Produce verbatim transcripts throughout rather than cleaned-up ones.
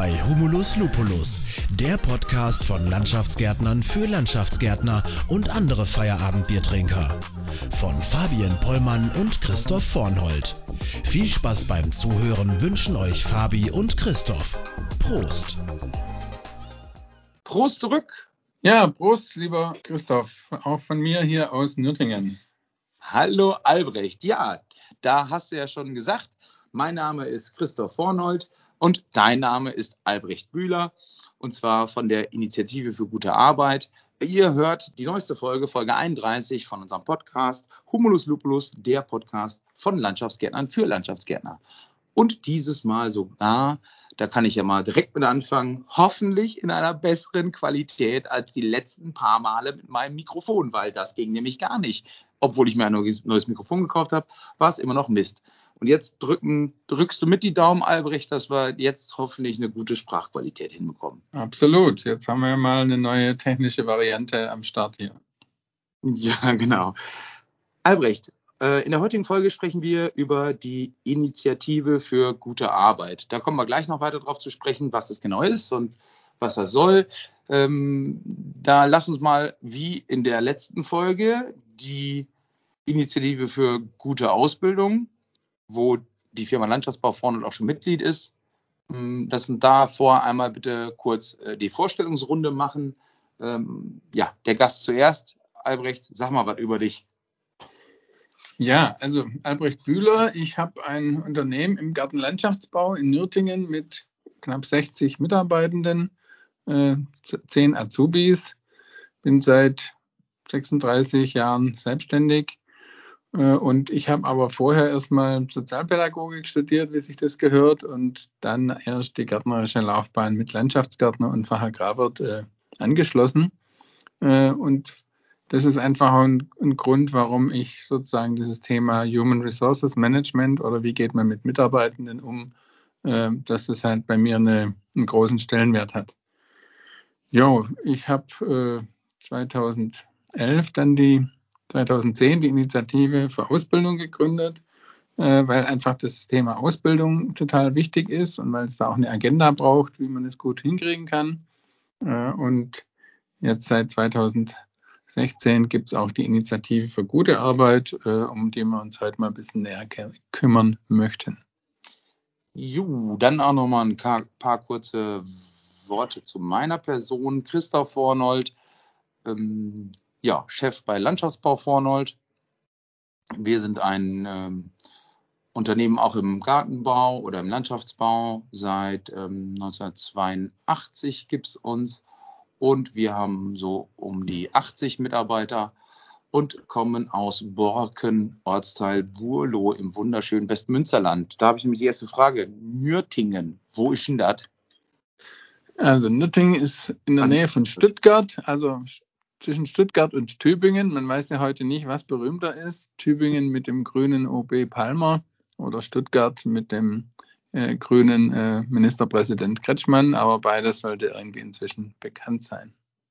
bei Humulus Lupulus, der Podcast von Landschaftsgärtnern für Landschaftsgärtner und andere Feierabendbiertrinker. Von Fabian Pollmann und Christoph Vornhold. Viel Spaß beim Zuhören wünschen euch Fabi und Christoph. Prost! Prost zurück! Ja, Prost, lieber Christoph, auch von mir hier aus Nürtingen. Hallo Albrecht, ja, da hast du ja schon gesagt, mein Name ist Christoph Vornhold und dein Name ist Albrecht Bühler und zwar von der Initiative für gute Arbeit. Ihr hört die neueste Folge, Folge einunddreißig von unserem Podcast Humulus Lupulus, der Podcast von Landschaftsgärtnern für Landschaftsgärtner. Und dieses Mal sogar, da kann ich ja mal direkt mit anfangen, hoffentlich in einer besseren Qualität als die letzten paar Male mit meinem Mikrofon, weil das ging nämlich gar nicht. Obwohl ich mir ein neues Mikrofon gekauft habe, war es immer noch Mist. Und jetzt drücken, drückst du mit die Daumen, Albrecht, dass wir jetzt hoffentlich eine gute Sprachqualität hinbekommen. Absolut. Jetzt haben wir mal eine neue technische Variante am Start hier. Ja, genau. Albrecht, in der heutigen Folge sprechen wir über die Initiative für gute Arbeit. Da kommen wir gleich noch weiter drauf zu sprechen, was das genau ist und was das soll. Ähm, da lass uns mal, wie in der letzten Folge, die Initiative für gute Ausbildung, wo die Firma Landschaftsbau Vornhold auch schon Mitglied ist. Lass uns davor einmal bitte kurz die Vorstellungsrunde machen. Ähm, ja, der Gast zuerst. Albrecht, sag mal was über dich. Ja, also Albrecht Bühler, ich habe ein Unternehmen im Gartenlandschaftsbau in Nürtingen mit knapp sechzig Mitarbeitenden, äh, zehn Azubis, bin seit sechsunddreißig Jahren selbstständig äh, und ich habe aber vorher erstmal Sozialpädagogik studiert, wie sich das gehört, und dann erst die gärtnerische Laufbahn mit Landschaftsgärtner und Fachagrarwirt äh, angeschlossen äh, und das ist einfach ein, ein Grund, warum ich sozusagen dieses Thema Human Resources Management oder wie geht man mit Mitarbeitenden um, äh, dass das halt bei mir eine, einen großen Stellenwert hat. Jo, ich habe äh, zweitausendelf dann die, zweitausendzehn die Initiative für Ausbildung gegründet, äh, weil einfach das Thema Ausbildung total wichtig ist und weil es da auch eine Agenda braucht, wie man es gut hinkriegen kann. Äh, und jetzt seit zweitausendsechzehn gibt es auch die Initiative für gute Arbeit, äh, um die wir uns heute mal ein bisschen näher kümmern möchten. Jo, dann auch noch mal ein paar kurze Worte zu meiner Person. Christoph Vornhold, ähm, ja, Chef bei Landschaftsbau Vornhold. Wir sind ein ähm, Unternehmen auch im Gartenbau oder im Landschaftsbau. Seit ähm, neunzehnhundertzweiundachtzig gibt es uns. Und wir haben so um die achtzig Mitarbeiter und kommen aus Borken, Ortsteil Burlo im wunderschönen Westmünsterland. Da habe ich nämlich die erste Frage. Nürtingen, wo ist denn das? Also Nürtingen ist in der Nähe von Stuttgart, also zwischen Stuttgart und Tübingen. Man weiß ja heute nicht, was berühmter ist. Tübingen mit dem grünen O B Palmer oder Stuttgart mit dem äh, grünen äh, Ministerpräsident Kretschmann, aber beides sollte irgendwie inzwischen bekannt sein.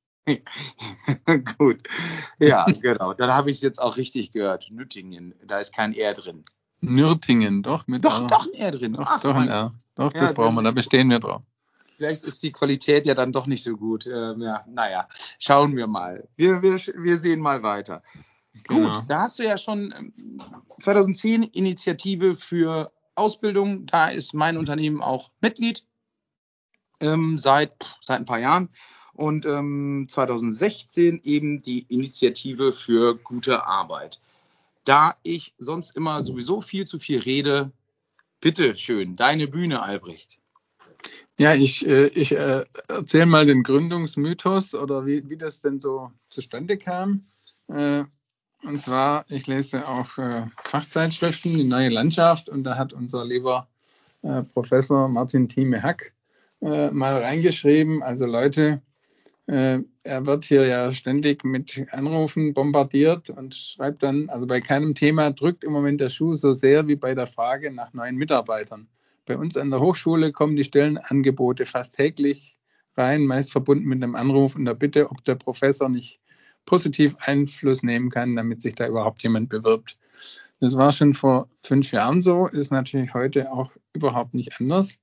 Gut, ja, genau. Dann habe ich es jetzt auch richtig gehört. Nürtingen, da ist kein R drin. Nürtingen, doch, mit Doch, R. doch ein R drin. Doch, Ach, doch ein R. Doch, ja, das brauchen wir, da bestehen wir drauf. Vielleicht ist die Qualität ja dann doch nicht so gut. Ähm, ja, naja, schauen wir mal. Wir, wir, wir sehen mal weiter. Genau. Gut, da hast du ja schon ähm, zweitausendzehn Initiative für Ausbildung. Da ist mein Unternehmen auch Mitglied ähm, seit, seit ein paar Jahren. Und ähm, zweitausendsechzehn eben die Initiative für gute Arbeit. Da ich sonst immer sowieso viel zu viel rede, bitte schön, deine Bühne, Albrecht. Ja, ich, äh, ich äh, erzähle mal den Gründungsmythos oder wie, wie das denn so zustande kam. Äh, und zwar, ich lese auch äh, Fachzeitschriften, die Neue Landschaft, und da hat unser lieber äh, Professor Martin Thieme-Hack äh, mal reingeschrieben, also Leute, äh, er wird hier ja ständig mit Anrufen bombardiert und schreibt dann, also bei keinem Thema drückt im Moment der Schuh so sehr wie bei der Frage nach neuen Mitarbeitern. Bei uns an der Hochschule kommen die Stellenangebote fast täglich rein, meist verbunden mit einem Anruf und der Bitte, ob der Professor nicht positiv Einfluss nehmen kann, damit sich da überhaupt jemand bewirbt. Das war schon vor fünf Jahren so, ist natürlich heute auch überhaupt nicht anders.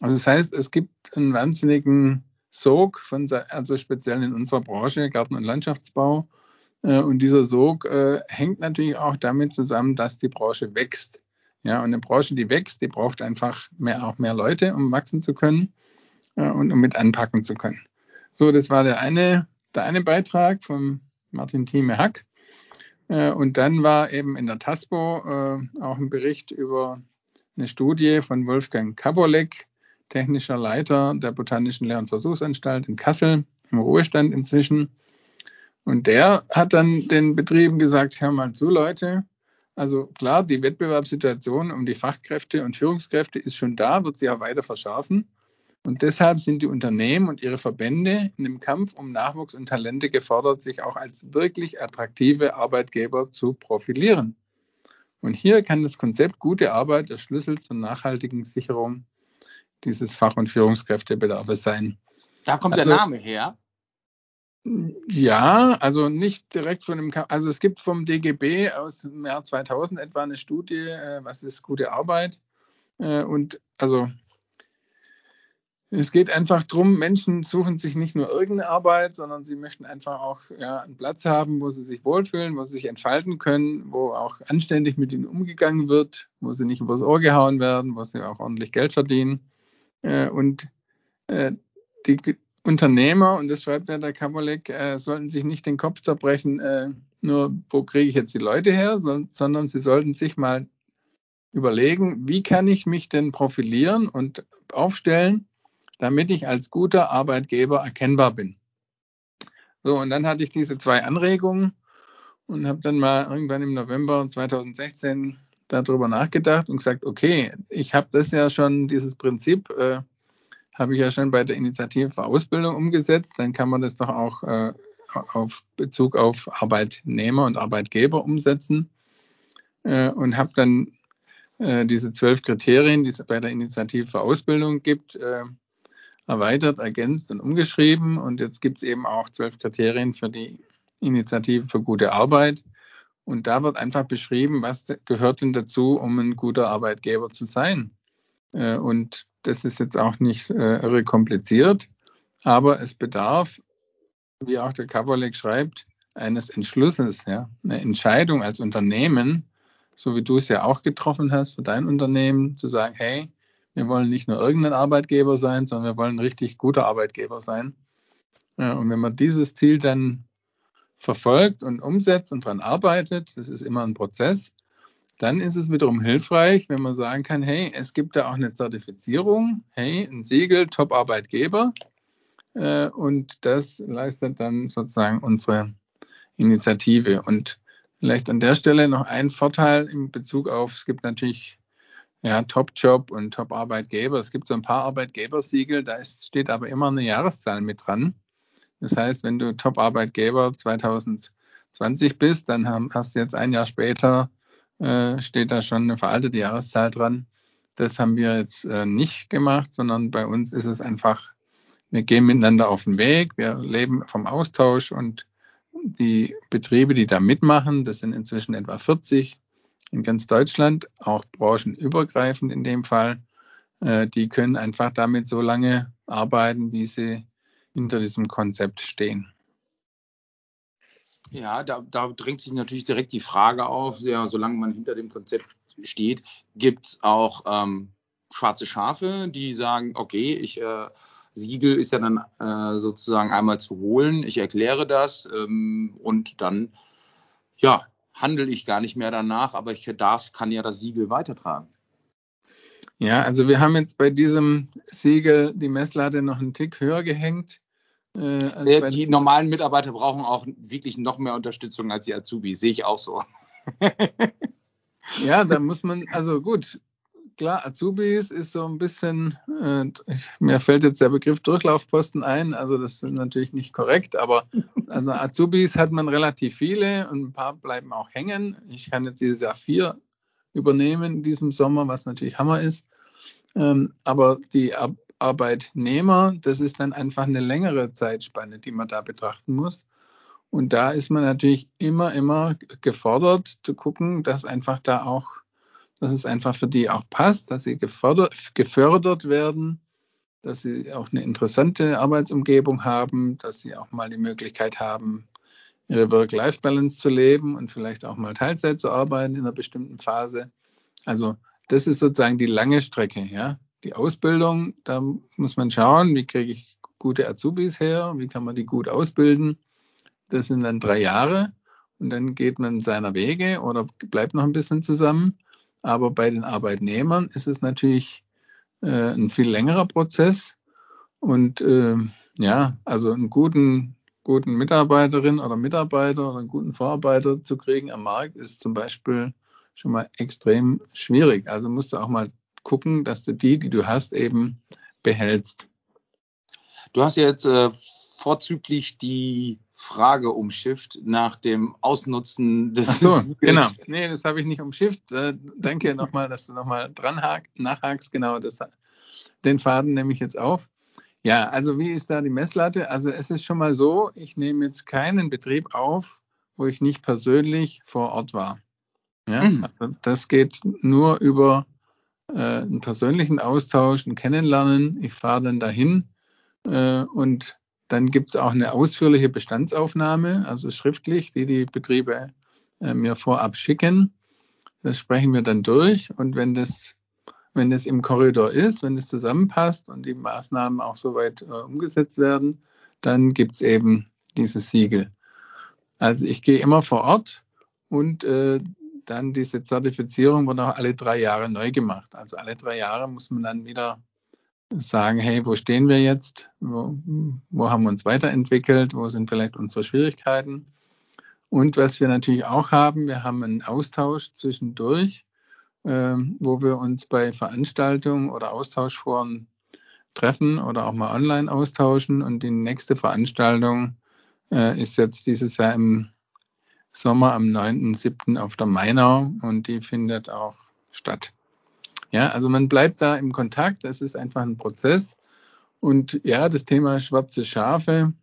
Also das heißt, es gibt einen wahnsinnigen Sog, von, also speziell in unserer Branche, Garten- und Landschaftsbau. Und dieser Sog äh, hängt natürlich auch damit zusammen, dass die Branche wächst. Ja, und eine Branche, die wächst, die braucht einfach mehr, auch mehr Leute, um wachsen zu können äh, und um mit anpacken zu können. So, das war der eine, der eine Beitrag von Martin Thieme-Hack. Äh, und dann war eben in der TASPO äh, auch ein Bericht über eine Studie von Wolfgang Kabolek, technischer Leiter der Botanischen Lehr- und Versuchsanstalt in Kassel, im Ruhestand inzwischen. Und der hat dann den Betrieben gesagt, hör mal zu, Leute, also klar, die Wettbewerbssituation um die Fachkräfte und Führungskräfte ist schon da, wird sich auch weiter verschärfen. Und deshalb sind die Unternehmen und ihre Verbände in dem Kampf um Nachwuchs und Talente gefordert, sich auch als wirklich attraktive Arbeitgeber zu profilieren. Und hier kann das Konzept gute Arbeit der Schlüssel zur nachhaltigen Sicherung dieses Fach- und Führungskräftebedarfs sein. Da kommt also, der Name her. Ja, also nicht direkt von dem, also es gibt vom D G B aus dem Jahr zweitausend etwa eine Studie, was ist gute Arbeit. Und also es geht einfach darum, Menschen suchen sich nicht nur irgendeine Arbeit, sondern sie möchten einfach auch ja, einen Platz haben, wo sie sich wohlfühlen, wo sie sich entfalten können, wo auch anständig mit ihnen umgegangen wird, wo sie nicht übers Ohr gehauen werden, wo sie auch ordentlich Geld verdienen. Und die Unternehmer, und das schreibt ja der Kabolek, äh, sollten sich nicht den Kopf zerbrechen, äh, nur wo kriege ich jetzt die Leute her, so, sondern sie sollten sich mal überlegen, wie kann ich mich denn profilieren und aufstellen, damit ich als guter Arbeitgeber erkennbar bin. So, und dann hatte ich diese zwei Anregungen und habe dann mal irgendwann im November zweitausendsechzehn darüber nachgedacht und gesagt, okay, ich habe das ja schon, dieses Prinzip, äh, habe ich ja schon bei der Initiative für Ausbildung umgesetzt, dann kann man das doch auch äh, auf Bezug auf Arbeitnehmer und Arbeitgeber umsetzen äh, und habe dann äh, diese zwölf Kriterien, die es bei der Initiative für Ausbildung gibt, äh, erweitert, ergänzt und umgeschrieben. Und jetzt gibt es eben auch zwölf Kriterien für die Initiative für gute Arbeit. Und da wird einfach beschrieben, was gehört denn dazu, um ein guter Arbeitgeber zu sein. Äh, und das ist jetzt auch nicht äh, irre kompliziert, aber es bedarf, wie auch der Kabolek schreibt, eines Entschlusses, ja, eine Entscheidung als Unternehmen, so wie du es ja auch getroffen hast für dein Unternehmen, zu sagen, hey, wir wollen nicht nur irgendein Arbeitgeber sein, sondern wir wollen ein richtig guter Arbeitgeber sein. Ja, und wenn man dieses Ziel dann verfolgt und umsetzt und daran arbeitet, das ist immer ein Prozess, dann ist es wiederum hilfreich, wenn man sagen kann, hey, es gibt da auch eine Zertifizierung, hey, ein Siegel, Top-Arbeitgeber. Äh, und das leistet dann sozusagen unsere Initiative. Und vielleicht an der Stelle noch ein Vorteil in Bezug auf, es gibt natürlich ja, Top-Job und Top-Arbeitgeber. Es gibt so ein paar Arbeitgebersiegel, da ist, steht aber immer eine Jahreszahl mit dran. Das heißt, wenn du Top-Arbeitgeber zweitausendzwanzig bist, dann hast du jetzt ein Jahr später steht da schon eine veraltete Jahreszahl dran. Das haben wir jetzt äh, nicht gemacht, sondern bei uns ist es einfach, wir gehen miteinander auf den Weg, wir leben vom Austausch und die Betriebe, die da mitmachen, das sind inzwischen etwa vierzig in ganz Deutschland, auch branchenübergreifend in dem Fall, äh, die können einfach damit so lange arbeiten, wie sie hinter diesem Konzept stehen. Ja, da, da drängt sich natürlich direkt die Frage auf, ja, solange man hinter dem Konzept steht, gibt es auch ähm, schwarze Schafe, die sagen, okay, ich äh, Siegel ist ja dann äh, sozusagen einmal zu holen, ich erkläre das ähm, und dann ja, handle ich gar nicht mehr danach, aber ich darf, kann ja das Siegel weitertragen. Ja, also wir haben jetzt bei diesem Siegel die Messlatte noch einen Tick höher gehängt. Äh, die normalen Mitarbeiter brauchen auch wirklich noch mehr Unterstützung als die Azubis, sehe ich auch so. Ja, da muss man, also gut, klar, Azubis ist so ein bisschen, äh, mir fällt jetzt der Begriff Durchlaufposten ein, also das ist natürlich nicht korrekt, aber also Azubis hat man relativ viele und ein paar bleiben auch hängen. Ich kann jetzt dieses Jahr vier übernehmen in diesem Sommer, was natürlich Hammer ist. Ähm, aber die Ar- Arbeitnehmer, das ist dann einfach eine längere Zeitspanne, die man da betrachten muss. Und da ist man natürlich immer, immer gefordert zu gucken, dass einfach da auch, dass es einfach für die auch passt, dass sie gefördert, gefördert werden dass sie auch eine interessante Arbeitsumgebung haben, dass sie auch mal die Möglichkeit haben, ihre Work-Life-Balance zu leben und vielleicht auch mal Teilzeit zu arbeiten in einer bestimmten Phase. Also das ist sozusagen die lange Strecke. Ja? Die Ausbildung, da muss man schauen, wie kriege ich gute Azubis her, wie kann man die gut ausbilden. Das sind dann drei Jahre und dann geht man seiner Wege oder bleibt noch ein bisschen zusammen. Aber bei den Arbeitnehmern ist es natürlich äh, ein viel längerer Prozess. Und äh, ja, also einen guten, guten Mitarbeiterin oder Mitarbeiter oder einen guten Vorarbeiter zu kriegen am Markt ist zum Beispiel schon mal extrem schwierig. Also musst du auch mal gucken, dass du die, die du hast, eben behältst. Du hast ja jetzt äh, vorzüglich die Frage umschifft nach dem Ausnutzen des Ach so, Siegels. genau. Nee, das habe ich nicht umschifft. Äh, danke nochmal, dass du nochmal dran hak, nachhakst. Genau, das, den Faden nehme ich jetzt auf. Ja, also wie ist da die Messlatte? Also es ist schon mal so, ich nehme jetzt keinen Betrieb auf, wo ich nicht persönlich vor Ort war. Ja, Mhm. also das geht nur über äh, einen persönlichen Austausch, ein Kennenlernen. Ich fahre dann dahin äh, und dann gibt es auch eine ausführliche Bestandsaufnahme, also schriftlich, die die Betriebe äh, mir vorab schicken. Das sprechen wir dann durch und wenn das Wenn es im Korridor ist, wenn es zusammenpasst und die Maßnahmen auch soweit äh, umgesetzt werden, dann gibt es eben dieses Siegel. Also ich gehe immer vor Ort und äh, dann diese Zertifizierung wird auch alle drei Jahre neu gemacht. Also alle drei Jahre muss man dann wieder sagen, hey, wo stehen wir jetzt? Wo, wo haben wir uns weiterentwickelt? Wo sind vielleicht unsere Schwierigkeiten? Und was wir natürlich auch haben, wir haben einen Austausch zwischendurch, ähm, wo wir uns bei Veranstaltungen oder Austauschforen treffen oder auch mal online austauschen. Und die nächste Veranstaltung äh, ist jetzt dieses Jahr im Sommer am neunten siebten auf der Mainau und die findet auch statt. Ja, also man bleibt da im Kontakt, das ist einfach ein Prozess. Und ja, das Thema schwarze Schafe,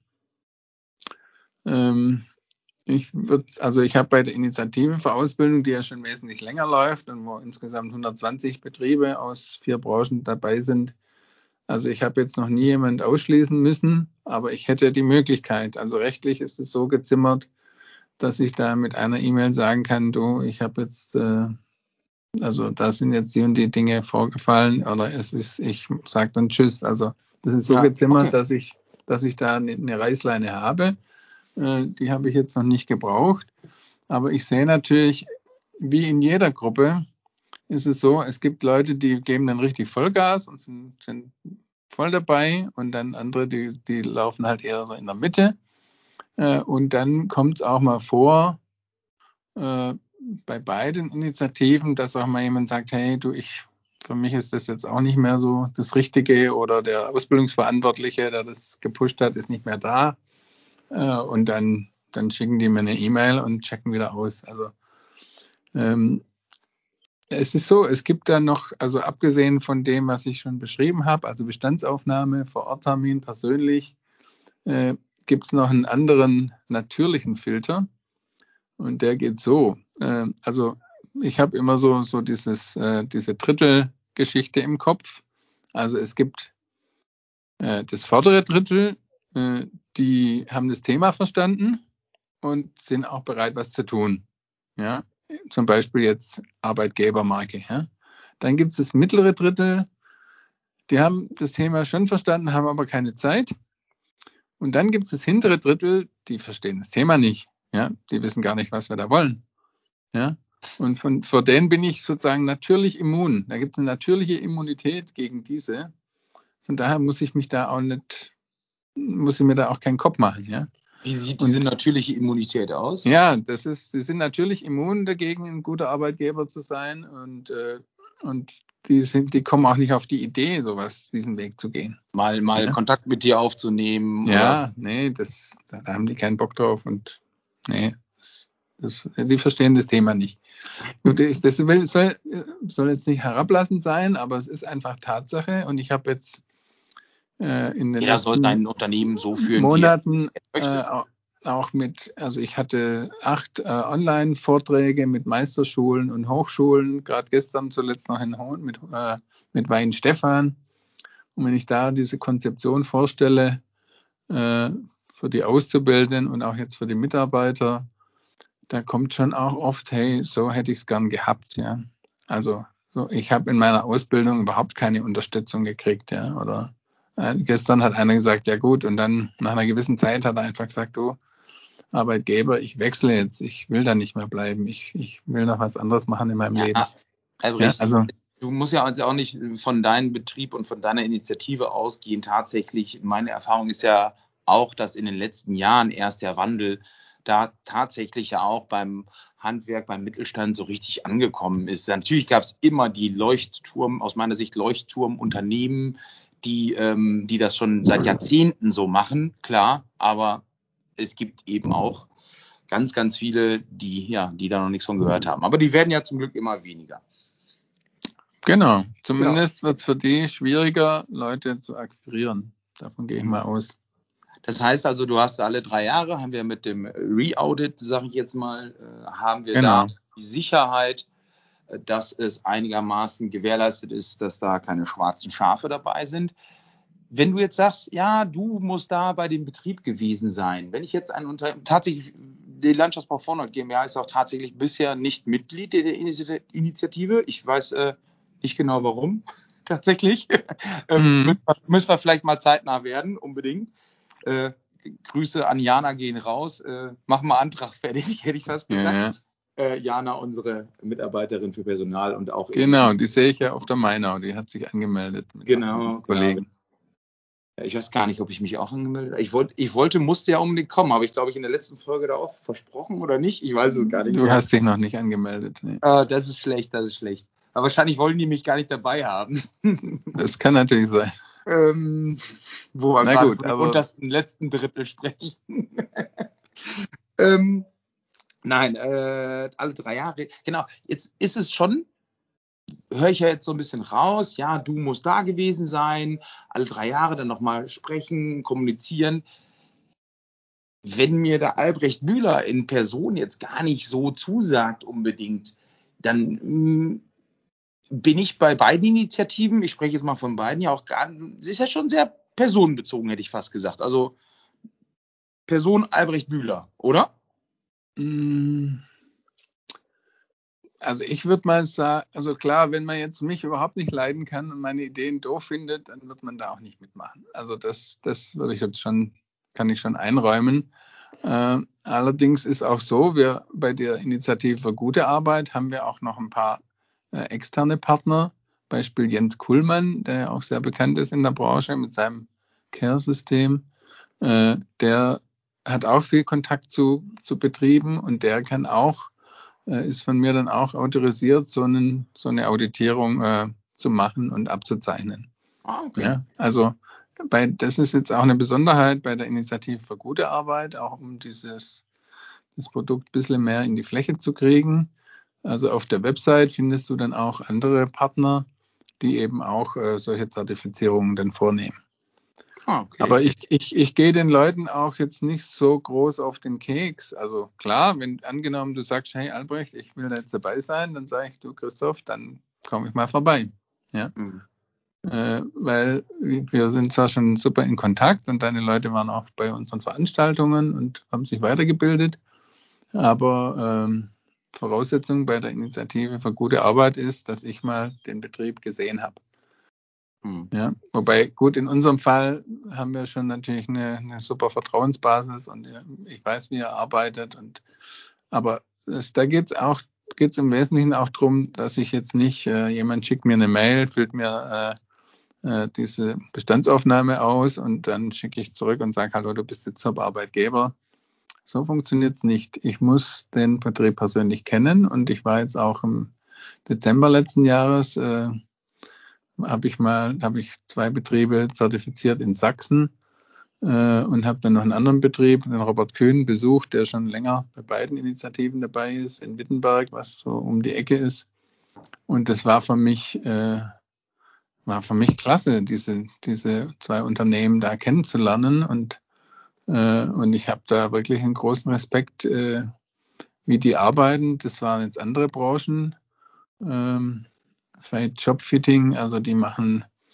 ähm, ich würde, also ich habe bei der Initiative für Ausbildung, die ja schon wesentlich länger läuft und wo insgesamt hundertzwanzig Betriebe aus vier Branchen dabei sind. Also ich habe jetzt noch nie jemand ausschließen müssen, aber ich hätte die Möglichkeit. Also rechtlich ist es so gezimmert, dass ich da mit einer E-Mail sagen kann, du, ich habe jetzt, äh, also da sind jetzt die und die Dinge vorgefallen oder es ist, ich sage dann Tschüss. Also das ist so Ja, gezimmert, okay. dass ich, dass ich da eine, eine Reißleine habe. Äh, die habe ich jetzt noch nicht gebraucht. Aber ich sehe natürlich, wie in jeder Gruppe ist es so, es gibt Leute, die geben dann richtig Vollgas und sind, sind voll dabei und dann andere, die, die laufen halt eher so in der Mitte. Äh, und dann kommt es auch mal vor, äh, bei beiden Initiativen, dass auch mal jemand sagt, hey, du, ich, für mich ist das jetzt auch nicht mehr so das Richtige oder der Ausbildungsverantwortliche, der das gepusht hat, ist nicht mehr da. Äh, und dann, dann schicken die mir eine E-Mail und checken wieder aus. Also ähm, es ist so, es gibt dann noch, also abgesehen von dem, was ich schon beschrieben habe, also Bestandsaufnahme, Vororttermin, persönlich, äh, gibt es noch einen anderen natürlichen Filter und der geht so. Äh, also ich habe immer so, so dieses, äh, diese Drittelgeschichte im Kopf. Also es gibt äh, das vordere Drittel, äh, die haben das Thema verstanden und sind auch bereit, was zu tun. Ja, zum Beispiel jetzt Arbeitgebermarke. Ja. Dann gibt es das mittlere Drittel, die haben das Thema schon verstanden, haben aber keine Zeit. Und dann gibt es das hintere Drittel, die verstehen das Thema nicht. Ja, die wissen gar nicht, was wir da wollen. Ja, und von, vor denen bin ich sozusagen natürlich immun. Da gibt es eine natürliche Immunität gegen diese. Von daher muss ich mich da auch nicht, muss ich mir da auch keinen Kopf machen. Ja. Wie sieht diese Und natürliche Immunität aus? ja, das ist, sie sind natürlich immun dagegen, ein guter Arbeitgeber zu sein und, äh, und die, sind, die kommen auch nicht auf die Idee, sowas, diesen Weg zu gehen. Mal, mal Ja, Kontakt mit dir aufzunehmen oder ja nee, das, da, da haben die keinen Bock drauf und nee, das, das, die verstehen das Thema nicht. Und das, das will, soll, soll jetzt nicht herablassend sein, aber es ist einfach Tatsache und ich habe jetzt äh, in den jeder soll letzten sein Unternehmen so führen, wie er Monaten möchte. äh, auch mit, also ich hatte acht äh, Online-Vorträge mit Meisterschulen und Hochschulen, gerade gestern zuletzt noch in Hohn mit, äh, mit Weinstefan. Und wenn ich da diese Konzeption vorstelle, äh, für die Auszubildenden und auch jetzt für die Mitarbeiter, da kommt schon auch oft, hey, so hätte ich es gern gehabt, ja. Also so, ich habe in meiner Ausbildung überhaupt keine Unterstützung gekriegt, ja. Oder äh, gestern hat einer gesagt, ja gut, und dann nach einer gewissen Zeit hat er einfach gesagt, du Arbeitgeber, ich wechsle jetzt, ich will da nicht mehr bleiben, ich, ich will noch was anderes machen in meinem Ja, Leben. Albrecht, Ja, also du musst ja jetzt auch nicht von deinem Betrieb und von deiner Initiative ausgehen. Tatsächlich, meine Erfahrung ist ja auch, dass in den letzten Jahren erst der Wandel da tatsächlich ja auch beim Handwerk, beim Mittelstand so richtig angekommen ist. Natürlich gab es immer die Leuchtturm, aus meiner Sicht Leuchtturmunternehmen, die, ähm, die das schon seit Jahrzehnten so machen, klar, aber es gibt eben auch ganz, ganz viele, die, ja, die da noch nichts von gehört haben. Aber die werden ja zum Glück immer weniger. Genau, zumindest wird es für die schwieriger, Leute zu akquirieren. Davon gehe ich mal aus. Das heißt also, du hast alle drei Jahre, haben wir mit dem Re-Audit, sage ich jetzt mal, haben wir Genau. da die Sicherheit, dass es einigermaßen gewährleistet ist, dass da keine schwarzen Schafe dabei sind. Wenn du jetzt sagst, ja, du musst da bei dem Betrieb gewesen sein. Wenn ich jetzt ein Unternehmen, tatsächlich, die Landschaftsbau Vornord GmbH ist auch tatsächlich bisher nicht Mitglied der Initiative. Ich weiß äh, nicht genau warum, tatsächlich. ähm, Mhm. müssen, wir, müssen wir vielleicht mal zeitnah werden, unbedingt. Äh, Grüße an Jana gehen raus. Äh, mach mal Antrag fertig, hätte ich fast gesagt. Ja, ja. Äh, Jana, unsere Mitarbeiterin für Personal und auch Genau, die sehe ich ja auf der Mainau, die hat sich angemeldet mit genau, Kollegen. genau. Ich weiß gar nicht, ob ich mich auch angemeldet habe. Ich, wollt, ich wollte, musste ja unbedingt kommen. Habe ich, glaube ich, in der letzten Folge da auch versprochen oder nicht? Ich weiß es gar nicht Du mehr. hast dich noch nicht angemeldet. Nee. Äh, das ist schlecht, das ist schlecht. Aber wahrscheinlich wollen die mich gar nicht dabei haben. Das kann natürlich sein. ähm, wo wir Na gerade gut, von dem aber untersten letzten Drittel sprechen. ähm, nein, äh, alle drei Jahre. Genau, jetzt ist es schon, höre ich ja jetzt so ein bisschen raus, ja, du musst da gewesen sein, alle drei Jahre dann nochmal sprechen, kommunizieren. Wenn mir der Albrecht Bühler in Person jetzt gar nicht so zusagt unbedingt, dann mh, bin ich bei beiden Initiativen, ich spreche jetzt mal von beiden, ja auch gar, es ist ja schon sehr personenbezogen, hätte ich fast gesagt. Also Person Albrecht Bühler, oder? mh, also ich würde mal sagen, also klar, wenn man jetzt mich überhaupt nicht leiden kann und meine Ideen doof findet, dann wird man da auch nicht mitmachen. Also das, das würde ich jetzt schon, kann ich schon einräumen. Äh, allerdings ist auch so, wir bei der Initiative für gute Arbeit haben wir auch noch ein paar äh, externe Partner. Beispiel Jens Kuhlmann, der ja auch sehr bekannt ist in der Branche mit seinem Care-System. Äh, der hat auch viel Kontakt zu, zu Betrieben und der kann auch äh, ist von mir dann auch autorisiert, so, einen, so eine Auditierung äh, zu machen und abzuzeichnen. Ah, okay. Ja, also bei, das ist jetzt auch eine Besonderheit bei der Initiative für gute Arbeit, auch um dieses das Produkt ein bisschen mehr in die Fläche zu kriegen. Also auf der Website findest du dann auch andere Partner, die eben auch äh, solche Zertifizierungen dann vornehmen. Ah, okay. Aber ich, ich, ich gehe den Leuten auch jetzt nicht so groß auf den Keks. Also klar, wenn angenommen du sagst, hey Albrecht, ich will da jetzt dabei sein, dann sage ich, du Christoph, dann komme ich mal vorbei. Ja? Mhm. Äh, weil wir sind zwar schon super in Kontakt und deine Leute waren auch bei unseren Veranstaltungen und haben sich weitergebildet, aber ähm, Voraussetzung bei der Initiative für gute Arbeit ist, dass ich mal den Betrieb gesehen habe. Mhm. Ja, wobei, gut, in unserem Fall haben wir schon natürlich eine, eine super Vertrauensbasis und ich weiß, wie er arbeitet. Und, aber es, da geht es auch, geht's im Wesentlichen auch darum, dass ich jetzt nicht, äh, jemand schickt mir eine Mail, füllt mir äh, äh, diese Bestandsaufnahme aus und dann schicke ich zurück und sage, hallo, du bist jetzt Top-Arbeitgeber. So funktioniert es nicht. Ich muss den Betrieb persönlich kennen und ich war jetzt auch im Dezember letzten Jahres, äh, habe ich mal, habe ich zwei Betriebe zertifiziert in Sachsen äh, und habe dann noch einen anderen Betrieb, den Robert Kühn, besucht, der schon länger bei beiden Initiativen dabei ist, in Wittenberg, was so um die Ecke ist. Und das war für mich, äh, war für mich klasse, diese, diese zwei Unternehmen da kennenzulernen. Und, äh, und ich habe da wirklich einen großen Respekt, äh, wie die arbeiten. Das waren jetzt andere Branchen. Ähm, vielleicht Jobfitting, also die machen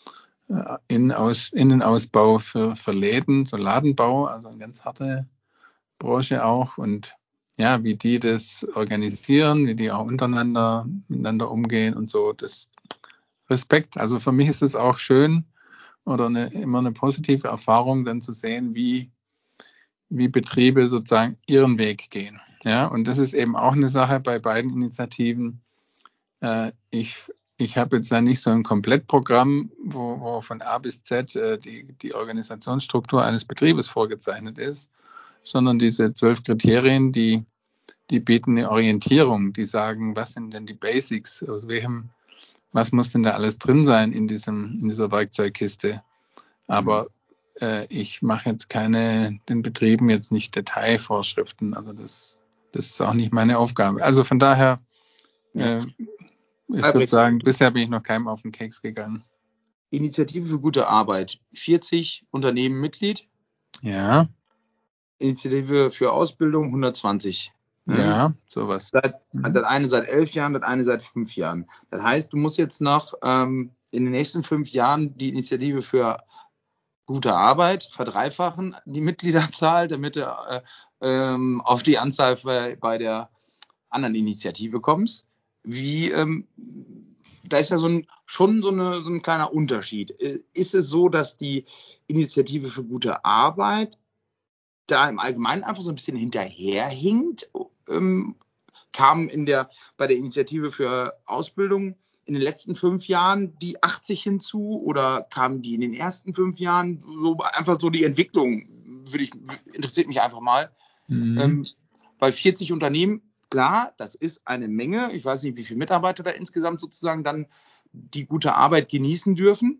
äh, Innenaus, Innenausbau für, für Läden, so Ladenbau, also eine ganz harte Branche auch. Und ja, wie die das organisieren, wie die auch untereinander miteinander umgehen und so, das Respekt. Also für mich ist es auch schön oder eine, immer eine positive Erfahrung, dann zu sehen, wie, wie Betriebe sozusagen ihren Weg gehen. Ja, und das ist eben auch eine Sache bei beiden Initiativen. Äh, ich ich habe jetzt da nicht so ein Komplettprogramm, wo, wo von A bis Z äh, die, die Organisationsstruktur eines Betriebes vorgezeichnet ist, sondern diese zwölf Kriterien, die, die bieten eine Orientierung, die sagen, was sind denn die Basics, aus welchem, was muss denn da alles drin sein in diesem, in dieser Werkzeugkiste. Aber mhm. äh, ich mache jetzt keine, den Betrieben jetzt nicht Detailvorschriften, also das, das ist auch nicht meine Aufgabe. Also von daher, Ja. äh, ich würde sagen, bisher bin ich noch keinem auf den Keks gegangen. Initiative für gute Arbeit, vierzig Unternehmen Mitglied. Ja. Initiative für Ausbildung, hundertzwanzig. Ne? Ja, sowas. Seit, mhm. Das eine seit elf Jahren, das eine seit fünf Jahren. Das heißt, du musst jetzt noch ähm, in den nächsten fünf Jahren die Initiative für gute Arbeit verdreifachen, die Mitgliederzahl, damit du äh, ähm, auf die Anzahl bei, bei der anderen Initiative kommst. Wie, ähm, da ist ja so ein, schon so, eine, so ein kleiner Unterschied. Ist es so, dass die Initiative für gute Arbeit da im Allgemeinen einfach so ein bisschen hinterherhinkt? Ähm, kam in der, bei der Initiative für Ausbildung in den letzten fünf Jahren die achtzig hinzu oder kamen die in den ersten fünf Jahren? So, einfach so die Entwicklung würde ich, interessiert mich einfach mal. Mhm. Ähm, bei vierzig Unternehmen, klar, das ist eine Menge. Ich weiß nicht, wie viele Mitarbeiter da insgesamt sozusagen dann die gute Arbeit genießen dürfen.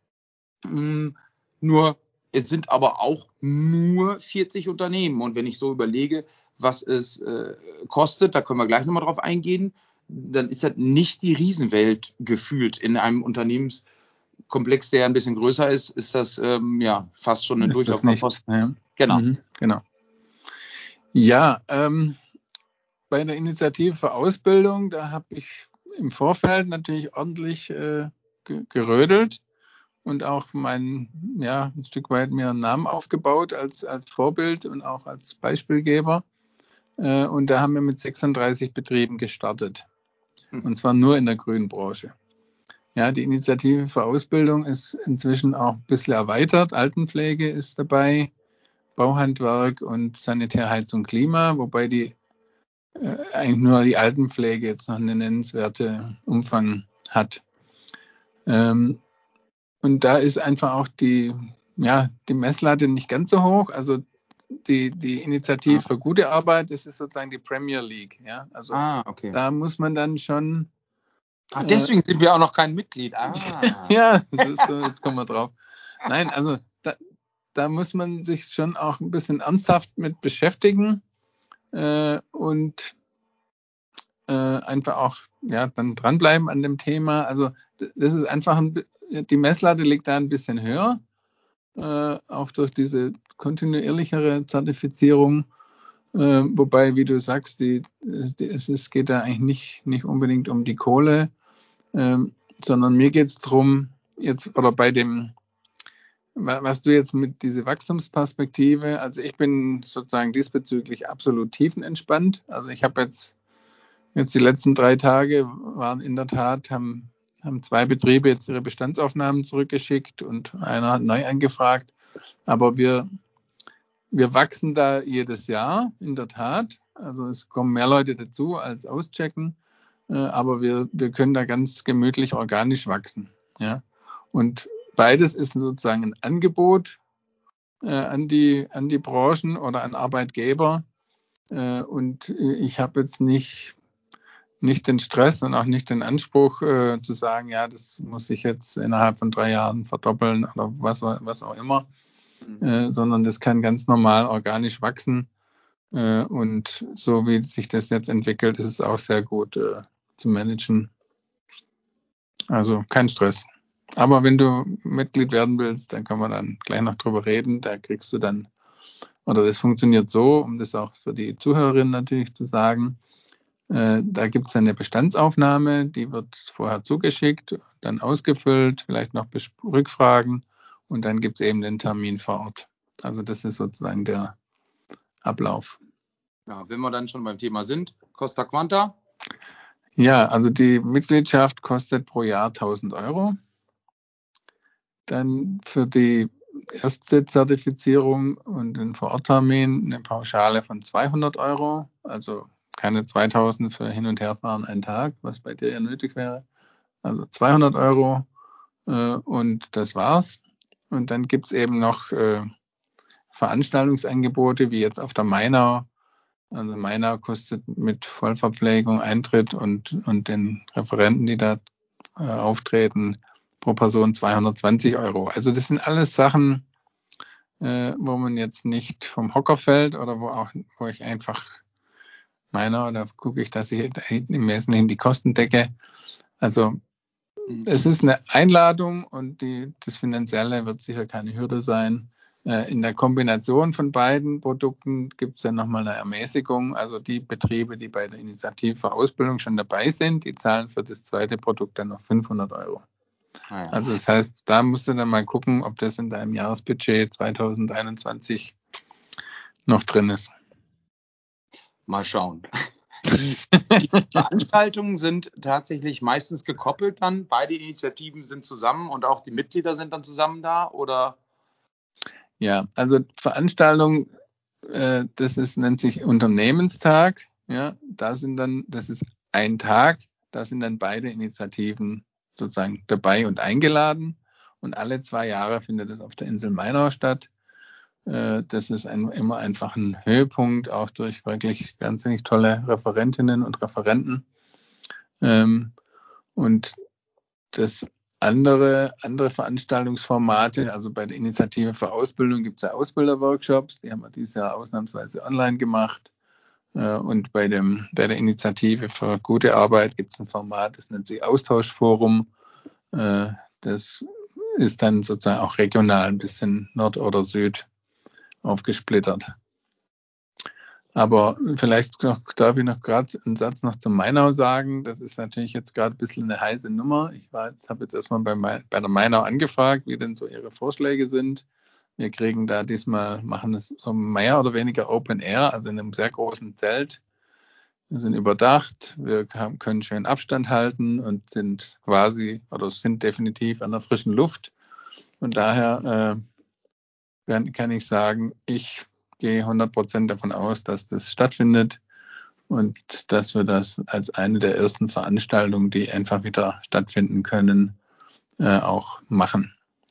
Ähm, nur, es sind aber auch nur vierzig Unternehmen. Und wenn ich so überlege, was es äh, kostet, da können wir gleich nochmal drauf eingehen, dann ist das nicht die Riesenwelt gefühlt. In einem Unternehmenskomplex, der ein bisschen größer ist, ist das ähm, ja fast schon eine Durchlaufkost. Ja. Genau. Mhm, genau. Ja, ähm, bei der Initiative für Ausbildung, da habe ich im Vorfeld natürlich ordentlich äh, ge- gerödelt und auch mein, ja, ein Stück weit mir einen Namen aufgebaut als, als Vorbild und auch als Beispielgeber. Äh, und da haben wir mit sechsunddreißig Betrieben gestartet. Und zwar nur in der grünen Branche. Ja, die Initiative für Ausbildung ist inzwischen auch ein bisschen erweitert. Altenpflege ist dabei, Bauhandwerk und Sanitär, Heizung, Klima, wobei die äh, eigentlich nur die Altenpflege jetzt noch einen nennenswerten Umfang hat. Ähm, und da ist einfach auch die, ja, die Messlatte nicht ganz so hoch. Also die, die Initiative für gute Arbeit, das ist sozusagen die Premier League. Ja? Also ah, okay. Da muss man dann schon. Ach, deswegen äh, sind wir auch noch kein Mitglied. Ah. Ja, das ist so, jetzt kommen wir drauf. Nein, also da, da muss man sich schon auch ein bisschen ernsthaft mit beschäftigen äh, und äh, einfach auch ja, dann dranbleiben an dem Thema. Also das ist einfach, ein, die Messlatte liegt da ein bisschen höher, äh, auch durch diese kontinuierlichere Zertifizierung. Äh, wobei, wie du sagst, die, die, es ist, geht da eigentlich nicht, nicht unbedingt um die Kohle, ähm, sondern mir geht es darum, jetzt oder bei dem, was du jetzt mit dieser Wachstumsperspektive, also ich bin sozusagen diesbezüglich absolut tiefenentspannt. Also ich habe jetzt, jetzt die letzten drei Tage waren in der Tat, haben, haben zwei Betriebe jetzt ihre Bestandsaufnahmen zurückgeschickt und einer hat neu angefragt. Aber wir, wir wachsen da jedes Jahr, in der Tat. Also es kommen mehr Leute dazu als auschecken. Aber wir, wir können da ganz gemütlich organisch wachsen. Ja? Und beides ist sozusagen ein Angebot äh, an, die, an die Branchen oder an Arbeitgeber. Äh, und ich habe jetzt nicht, nicht den Stress und auch nicht den Anspruch äh, zu sagen, ja, das muss ich jetzt innerhalb von drei Jahren verdoppeln oder was, was auch immer, mhm. äh, sondern das kann ganz normal organisch wachsen. Äh, und so wie sich das jetzt entwickelt, ist es auch sehr gut äh, zu managen. Also kein Stress. Aber wenn du Mitglied werden willst, dann können wir dann gleich noch drüber reden. Da kriegst du dann, oder das funktioniert so, um das auch für die Zuhörerinnen natürlich zu sagen, Äh, da gibt es eine Bestandsaufnahme, die wird vorher zugeschickt, dann ausgefüllt, vielleicht noch Bes- Rückfragen und dann gibt es eben den Termin vor Ort. Also das ist sozusagen der Ablauf. Ja, wenn wir dann schon beim Thema sind, Costa Quanta? Ja, also die Mitgliedschaft kostet pro Jahr tausend Euro. Dann für die erste Zertifizierung und den Vororttermin eine Pauschale von zweihundert Euro, also keine zweitausend für Hin- und Herfahren einen Tag, was bei dir ja nötig wäre. Also zweihundert Euro äh, und das war's. Und dann gibt es eben noch äh, Veranstaltungsangebote, wie jetzt auf der Mainau. Also Mainau kostet mit Vollverpflegung, Eintritt und, und den Referenten, die da äh, auftreten, pro Person zweihundertzwanzig Euro. Also das sind alles Sachen, äh, wo man jetzt nicht vom Hocker fällt oder wo auch, wo ich einfach Mainau, da gucke ich, dass ich im Wesentlichen die Kosten decke. Also es ist eine Einladung und die, das Finanzielle wird sicher keine Hürde sein. In der Kombination von beiden Produkten gibt es dann nochmal eine Ermäßigung. Also die Betriebe, die bei der Initiative für Ausbildung schon dabei sind, die zahlen für das zweite Produkt dann noch fünfhundert Euro. Ah ja. Also das heißt, da musst du dann mal gucken, ob das in deinem Jahresbudget zweitausendeinundzwanzig noch drin ist. Mal schauen. Die, die Veranstaltungen sind tatsächlich meistens gekoppelt dann. Beide Initiativen sind zusammen und auch die Mitglieder sind dann zusammen da, oder? Ja, also Veranstaltung, äh, das ist, nennt sich Unternehmenstag. Ja, da sind dann, das ist ein Tag, da sind dann beide Initiativen sozusagen dabei und eingeladen. Und alle zwei Jahre findet es auf der Insel Mainau statt. Äh, das ist ein, immer einfach ein Höhepunkt, auch durch wirklich wahnsinnig tolle Referentinnen und Referenten. Ähm, und das andere, andere Veranstaltungsformate, also bei der Initiative für Ausbildung gibt es ja Ausbilderworkshops, die haben wir dieses Jahr ausnahmsweise online gemacht. Und bei, dem, bei der Initiative für gute Arbeit gibt es ein Format, das nennt sich Austauschforum. Das ist dann sozusagen auch regional ein bisschen Nord oder Süd aufgesplittert. Aber vielleicht noch, darf ich noch gerade einen Satz noch zum Mainau sagen. Das ist natürlich jetzt gerade ein bisschen eine heiße Nummer. Ich habe jetzt erstmal bei, bei der Mainau angefragt, wie denn so ihre Vorschläge sind. Wir kriegen da diesmal, machen es so mehr oder weniger Open Air, also in einem sehr großen Zelt. Wir sind überdacht, wir haben, können schön Abstand halten und sind quasi oder sind definitiv an der frischen Luft. Von daher äh, kann ich sagen, ich gehe hundert Prozent davon aus, dass das stattfindet und dass wir das als eine der ersten Veranstaltungen, die einfach wieder stattfinden können, äh, auch machen.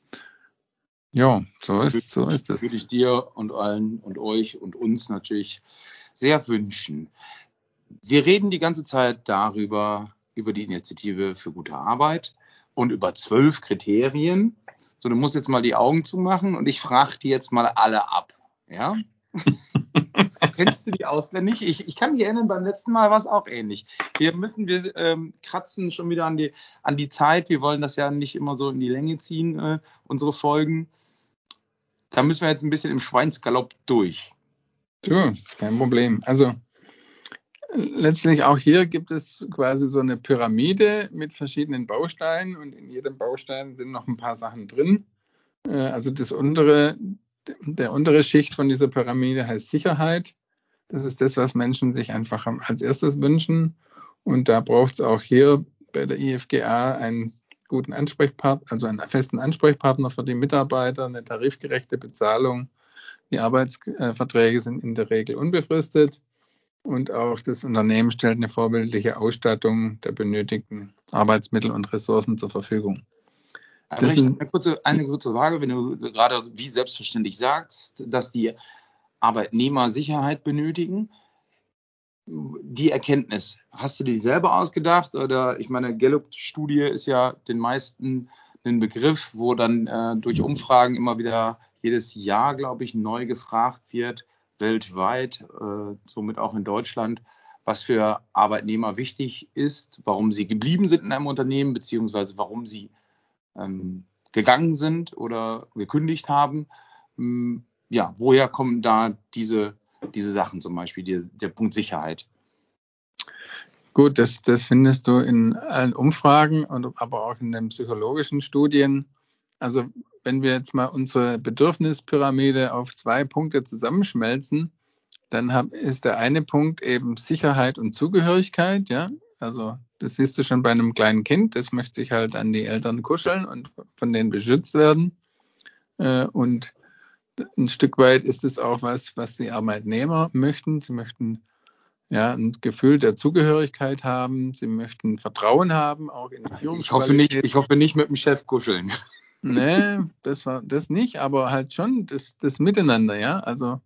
Ja, so ist, so ist es. Würde ich dir und allen und euch und uns natürlich sehr wünschen. Wir reden die ganze Zeit darüber, über die Initiative für gute Arbeit und über zwölf Kriterien. So, du musst jetzt mal die Augen zumachen und ich frage die jetzt mal alle ab. Ja? Kennst du die auswendig? Ich, ich kann mich erinnern, beim letzten Mal war es auch ähnlich. Wir müssen, wir ähm, kratzen schon wieder an die, an die Zeit. Wir wollen das ja nicht immer so in die Länge ziehen, äh, unsere Folgen. Da müssen wir jetzt ein bisschen im Schweinsgalopp durch. Du, kein Problem. Also letztlich auch hier gibt es quasi so eine Pyramide mit verschiedenen Bausteinen und in jedem Baustein sind noch ein paar Sachen drin. Also das untere, der untere Schicht von dieser Pyramide heißt Sicherheit. Das ist das, was Menschen sich einfach als erstes wünschen. Und da braucht es auch hier bei der I F G A einen guten Ansprechpartner, also einen festen Ansprechpartner für die Mitarbeiter, eine tarifgerechte Bezahlung. Die Arbeitsverträge sind in der Regel unbefristet. Und auch das Unternehmen stellt eine vorbildliche Ausstattung der benötigten Arbeitsmittel und Ressourcen zur Verfügung. Das sind, eine, kurze, eine kurze Frage, wenn du gerade wie selbstverständlich sagst, dass die Arbeitnehmer Sicherheit benötigen. Die Erkenntnis, hast du die selber ausgedacht? Oder ich meine, Gallup-Studie ist ja den meisten ein Begriff, wo dann äh, durch Umfragen immer wieder jedes Jahr, glaube ich, neu gefragt wird, weltweit, äh, somit auch in Deutschland, was für Arbeitnehmer wichtig ist, warum sie geblieben sind in einem Unternehmen, beziehungsweise warum sie ähm, gegangen sind oder gekündigt haben. Ähm, ja, woher kommen da diese, diese Sachen zum Beispiel, die, der Punkt Sicherheit? Gut, das, das findest du in allen Umfragen, und, aber auch in den psychologischen Studien. Also wenn wir jetzt mal unsere Bedürfnispyramide auf zwei Punkte zusammenschmelzen, dann hab, ist der eine Punkt eben Sicherheit und Zugehörigkeit. Ja, also das siehst du schon bei einem kleinen Kind, das möchte sich halt an die Eltern kuscheln und von denen beschützt werden. Äh, und ein Stück weit ist es auch was, was die Arbeitnehmer möchten. Sie möchten ja ein Gefühl der Zugehörigkeit haben. Sie möchten Vertrauen haben, auch in die Ich hoffe nicht, Führungsqualität. ich hoffe nicht mit dem Chef kuscheln. Nee, das war das nicht, aber halt schon das, das Miteinander, ja. Also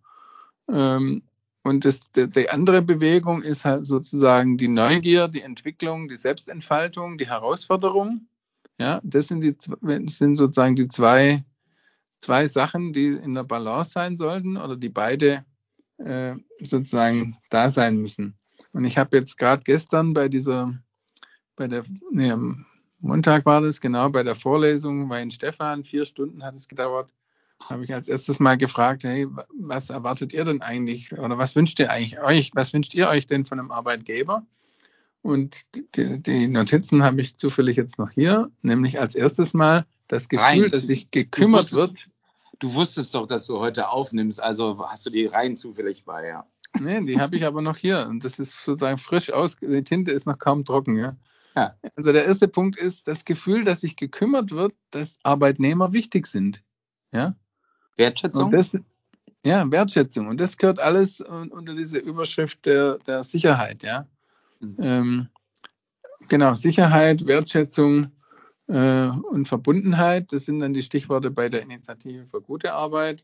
ähm, und das, die, die andere Bewegung ist halt sozusagen die Neugier, die Entwicklung, die Selbstentfaltung, die Herausforderung. Ja, das sind die das sind sozusagen die zwei, zwei Sachen, die in der Balance sein sollten oder die beide äh, sozusagen da sein müssen. Und ich habe jetzt gerade gestern bei dieser, bei der, nee, am Montag war das, genau, bei der Vorlesung bei Stefan, vier Stunden hat es gedauert, habe ich als erstes mal gefragt, hey, was erwartet ihr denn eigentlich oder was wünscht ihr eigentlich euch, was wünscht ihr euch denn von einem Arbeitgeber? Und die, die Notizen habe ich zufällig jetzt noch hier, nämlich als erstes mal das Gefühl, Rein. dass sich Du gekümmert wusstest, wird. du wusstest doch, dass du heute aufnimmst, also hast du die rein zufällig bei, ja. Nee, die habe ich aber noch hier und das ist sozusagen frisch aus, die Tinte ist noch kaum trocken, ja. Ja. Also der erste Punkt ist das Gefühl, dass sich gekümmert wird, dass Arbeitnehmer wichtig sind. Ja? Wertschätzung? Und das, ja, Wertschätzung. Und das gehört alles unter diese Überschrift der, der Sicherheit. Ja? Mhm. Ähm, genau, Sicherheit, Wertschätzung äh, und Verbundenheit, das sind dann die Stichworte bei der Initiative für gute Arbeit.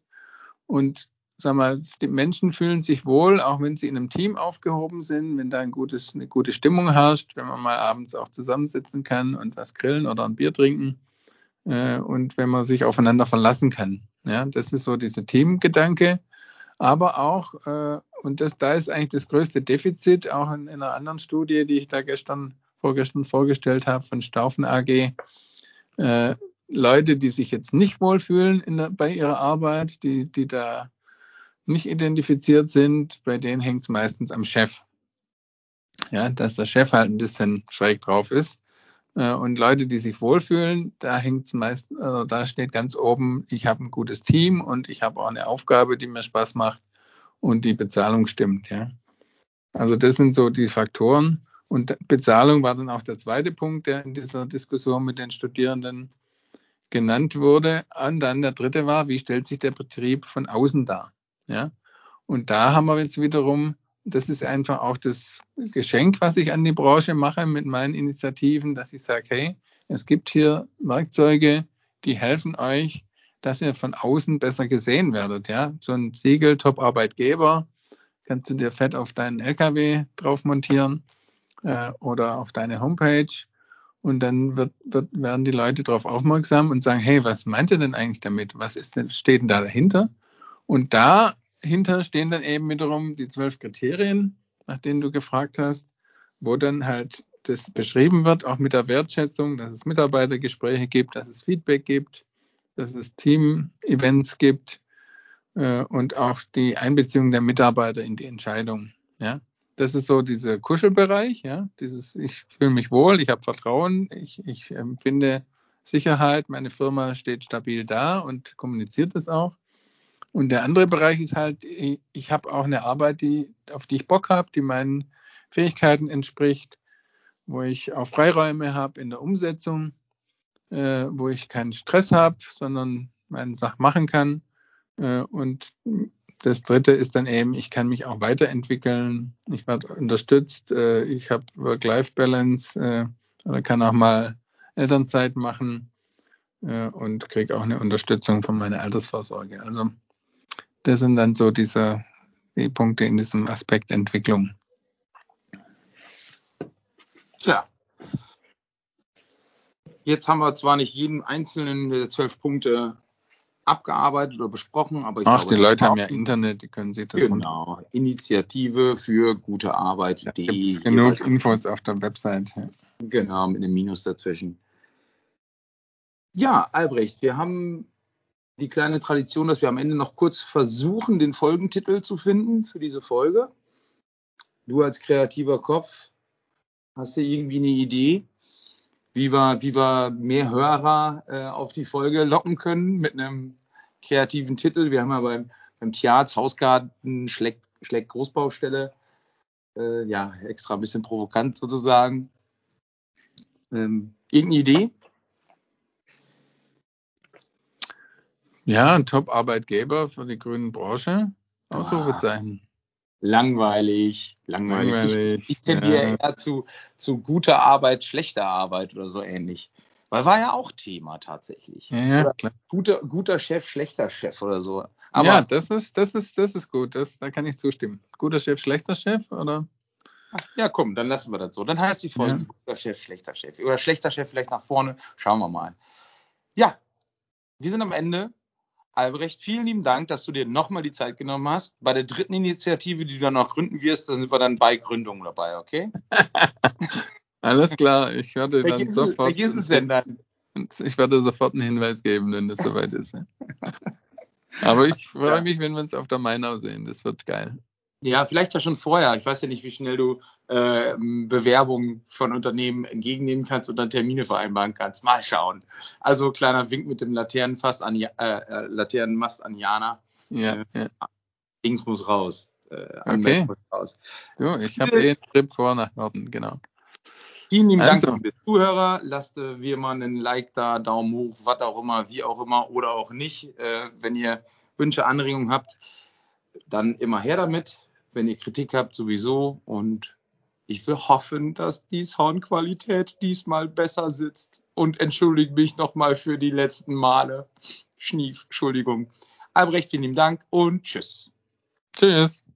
Und sag mal, die Menschen fühlen sich wohl, auch wenn sie in einem Team aufgehoben sind, wenn da ein gutes, eine gute Stimmung herrscht, wenn man mal abends auch zusammensitzen kann und was grillen oder ein Bier trinken äh, und wenn man sich aufeinander verlassen kann. Ja, das ist so dieser Teamgedanke. Aber auch, äh, und das, da ist eigentlich das größte Defizit, auch in, in einer anderen Studie, die ich da gestern, vorgestern vorgestellt habe von Staufen A G, äh, Leute, die sich jetzt nicht wohlfühlen in der, bei ihrer Arbeit, die, die da nicht identifiziert sind, bei denen hängt es meistens am Chef. Ja, dass der Chef halt ein bisschen schräg drauf ist. Und Leute, die sich wohlfühlen, da hängt es meist, also da steht ganz oben, ich habe ein gutes Team und ich habe auch eine Aufgabe, die mir Spaß macht und die Bezahlung stimmt. Ja. Also das sind so die Faktoren. Und Bezahlung war dann auch der zweite Punkt, der in dieser Diskussion mit den Studierenden genannt wurde. Und dann der dritte war, wie stellt sich der Betrieb von außen dar? Ja. Und da haben wir jetzt wiederum, das ist einfach auch das Geschenk, was ich an die Branche mache mit meinen Initiativen, dass ich sage, hey, es gibt hier Werkzeuge, die helfen euch, dass ihr von außen besser gesehen werdet. Ja? So ein Siegel, Top-Arbeitgeber, kannst du dir fett auf deinen L K W drauf montieren äh, oder auf deine Homepage. Und dann wird, wird, werden die Leute darauf aufmerksam und sagen, hey, was meint ihr denn eigentlich damit? Was ist denn, steht denn da dahinter? Und dahinter stehen dann eben wiederum die zwölf Kriterien, nach denen du gefragt hast, wo dann halt das beschrieben wird, auch mit der Wertschätzung, dass es Mitarbeitergespräche gibt, dass es Feedback gibt, dass es Team-Events gibt äh, und auch die Einbeziehung der Mitarbeiter in die Entscheidung. Ja? Das ist so dieser Kuschelbereich, ja, dieses, ich fühle mich wohl, ich habe Vertrauen, ich, ich empfinde Sicherheit, meine Firma steht stabil da und kommuniziert es auch. Und der andere Bereich ist halt, ich, ich habe auch eine Arbeit, die, auf die ich Bock habe, die meinen Fähigkeiten entspricht, wo ich auch Freiräume habe in der Umsetzung, äh, wo ich keinen Stress habe, sondern meine Sachen machen kann. Äh, und das dritte ist dann eben, ich kann mich auch weiterentwickeln, ich werde unterstützt, äh, ich habe Work-Life-Balance äh, oder kann auch mal Elternzeit machen äh, und kriege auch eine Unterstützung von meiner Altersvorsorge. Also das sind dann so diese die Punkte in diesem Aspekt Entwicklung. Ja. Jetzt haben wir zwar nicht jeden einzelnen der zwölf Punkte abgearbeitet oder besprochen, aber ich Ach, glaube, die Leute haben ja Internet, die können sich das genau, runter. Initiative für gute Arbeit. Da gibt es genug Infos auf der Website. Ja. Genau, mit einem Minus dazwischen. Ja, Albrecht, wir haben die kleine Tradition, dass wir am Ende noch kurz versuchen, den Folgentitel zu finden für diese Folge. Du als kreativer Kopf, Hast du irgendwie eine Idee, wie wir, wie wir mehr Hörer äh, auf die Folge locken können mit einem kreativen Titel? Wir haben ja beim, beim Tierarzt Hausgarten schlägt, schlägt Großbaustelle. Äh, ja, extra ein bisschen provokant sozusagen. Ähm, irgendeine Idee? Ja, ein Top-Arbeitgeber für die grüne Branche. Ausrufezeichen. Langweilig, langweilig. Langweilig, Ich, ich tendiere ja. eher zu, zu guter Arbeit, schlechter Arbeit oder so ähnlich. Weil war ja auch Thema tatsächlich. Ja, ja, Oder klar. guter, guter Chef, schlechter Chef oder so. Aber Ja, das ist, das ist, das ist gut. Das, da kann ich zustimmen. Guter Chef, schlechter Chef, oder? ja, komm, dann lassen wir das so. Dann heißt die Folge Ja. guter Chef, schlechter Chef. Oder schlechter Chef vielleicht nach vorne. Schauen wir mal. Ja, wir sind am Ende. Albrecht, vielen lieben Dank, dass du dir nochmal die Zeit genommen hast. Bei der dritten Initiative, die du dann noch gründen wirst, dann sind wir dann bei Gründung dabei, okay? Alles klar, ich werde dann Vergiss, sofort, vergiss es denn dann. ich werde sofort einen Hinweis geben, wenn das soweit ist. Ja. Aber ich freue Ja. mich, wenn wir uns auf der Mainau sehen. Das wird geil. Ja, vielleicht ja schon vorher. Ich weiß ja nicht, wie schnell du äh, Bewerbungen von Unternehmen entgegennehmen kannst und dann Termine vereinbaren kannst. Mal schauen. Also kleiner Wink mit dem Laternenfass an, äh, äh, Laternenmast an Jana. Ja, Äh, ja. Dings muss raus. Äh, Anmeldung Okay. muss raus. Du, ich habe eh einen Trip vor nach Norden, genau. Vielen lieben Dank, Also, liebe Zuhörer. Lasst äh, wie immer einen Like da, Daumen hoch, was auch immer, wie auch immer oder auch nicht. Äh, wenn ihr Wünsche, Anregungen habt, dann immer her damit. Wenn ihr Kritik habt, sowieso. Und ich will hoffen, dass die Soundqualität diesmal besser sitzt. Und entschuldige mich nochmal für die letzten Male. Schnief, Entschuldigung. Albrecht, vielen lieben Dank und tschüss. tschüss.